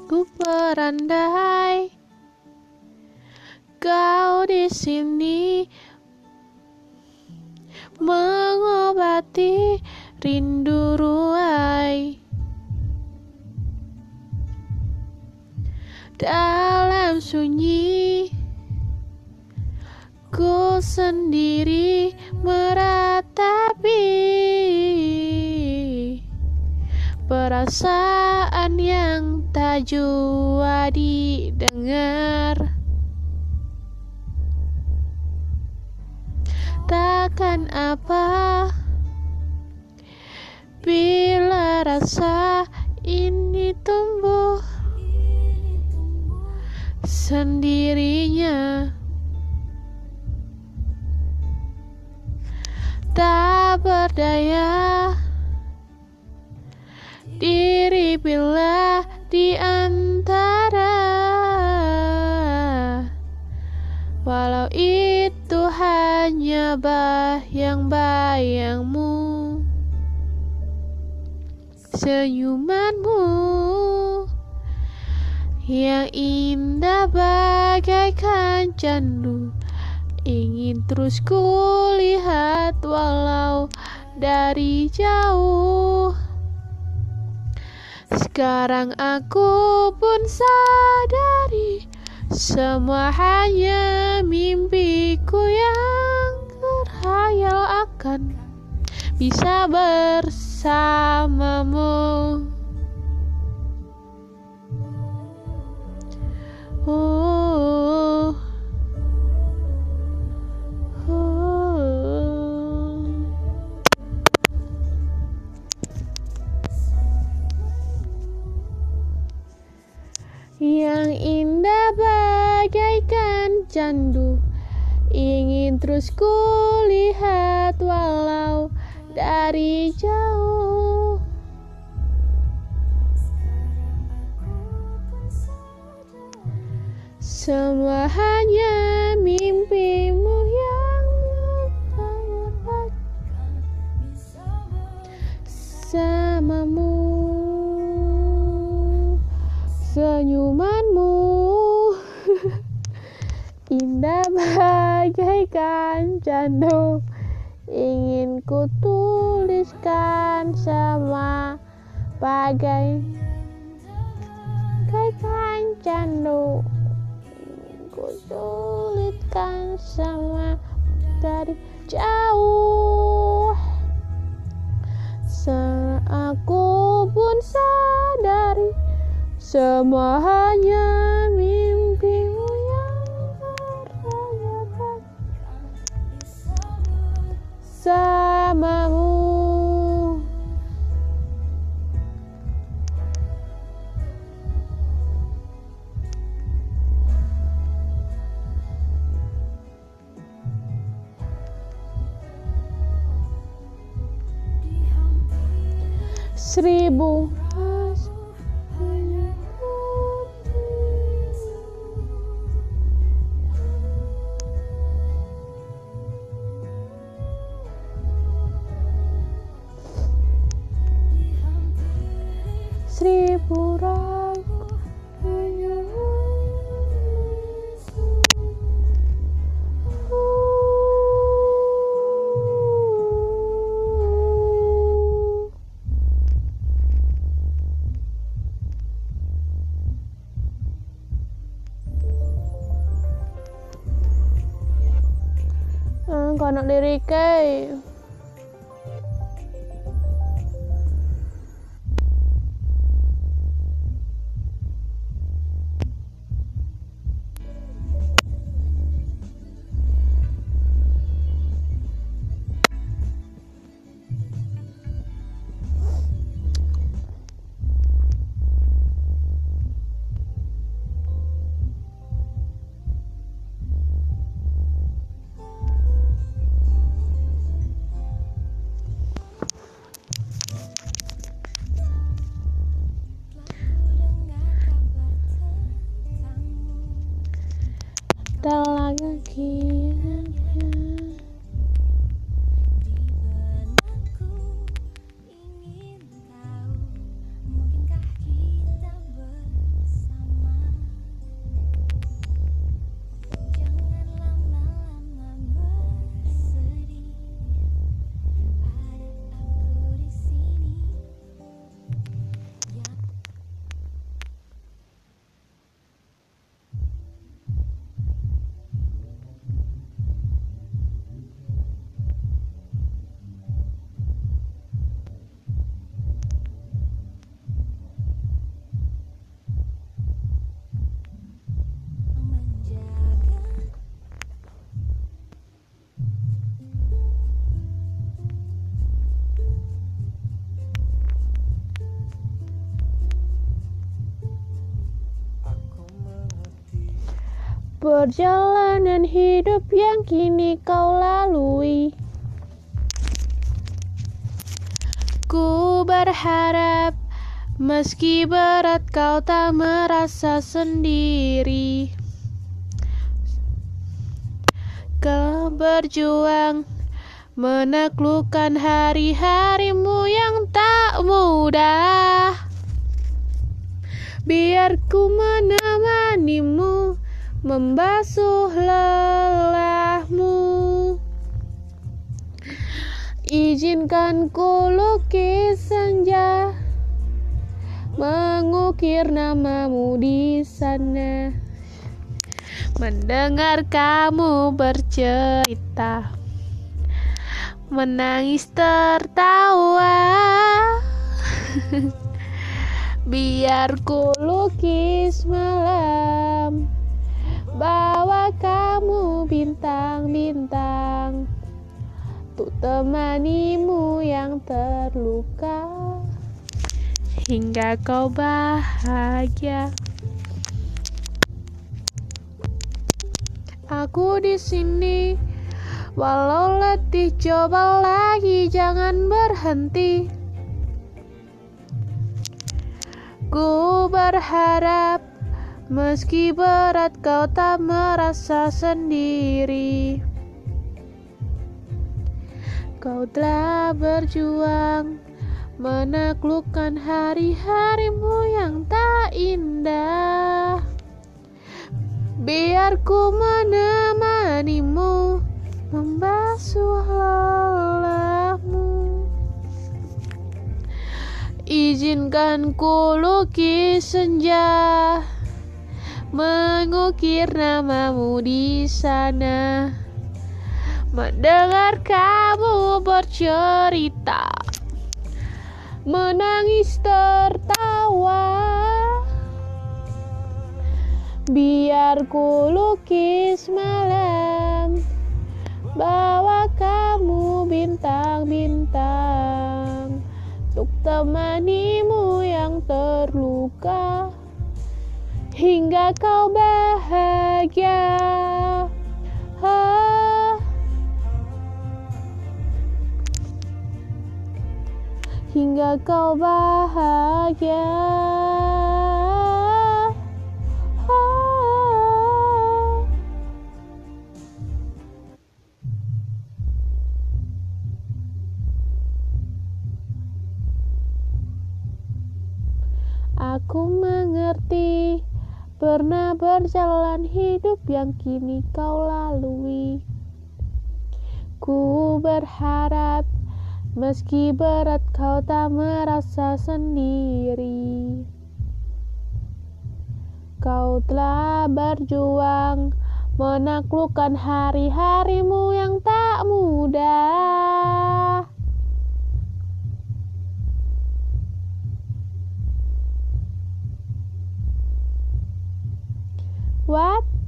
ku berandai kau di sini mengobati rindu ruai. Dalam sunyi ku sendiri meratapi perasaan yang tak jua didengar. Takkan apa bila rasa ini tumbuh sendirinya, tak berdaya diri bila di antara, walau itu hanya bayang-bayangmu, senyumanmu yang indah bagaikan candu, ingin terus kulihat walau dari jauh. Sekarang aku pun sadari semua hanya mimpiku yang terhayal akan bisa bersamamu. Oh, oh. Yang indah bagaikan candu, ingin terus kulihat walau dari jauh. Semua hanya mimpimu yang bersamamu, senyumanmu indah bagaikan candu, ingin ku tuliskan semua bagaikan candu, ku tuliskan semua dari jauh. Aku pun sadari semua hanya mimpimu yang terhayal bersamamu. Seribu ragu hanya kono lirike. Telaga kiranya perjalanan hidup yang kini kau lalui. Ku berharap meski berat kau tak merasa sendiri. Kau berjuang menaklukkan hari-harimu yang tak mudah. Biar ku menemanimu, membasuh lelahmu. Izinkan ku lukis senja, mengukir namamu di sana. Mendengar kamu bercerita, menangis tertawa. Biar ku lukis malam, bawa kamu bintang-bintang, untuk temanimu yang terluka hingga kau bahagia. Aku di sini, walau letih coba lagi, jangan berhenti. Ku berharap meski berat kau tak merasa sendiri. Kau telah berjuang menaklukkan hari-harimu yang tak indah. Biar ku menemanimu, membasuh lelahmu. Izinkan ku lukis senja, mengukir namamu di sana. Mendengar kamu bercerita, menangis tertawa. Biar ku lukis malam, bawa kamu bintang-bintang, untuk temanimu yang terluka hingga kau bahagia. Hingga kau bahagia. Aku mengerti, pernah berjalan hidup yang kini kau lalui. Ku berharap meski berat kau tak merasa sendiri. Kau telah berjuang menaklukkan hari-harimu yang tak mudah. What?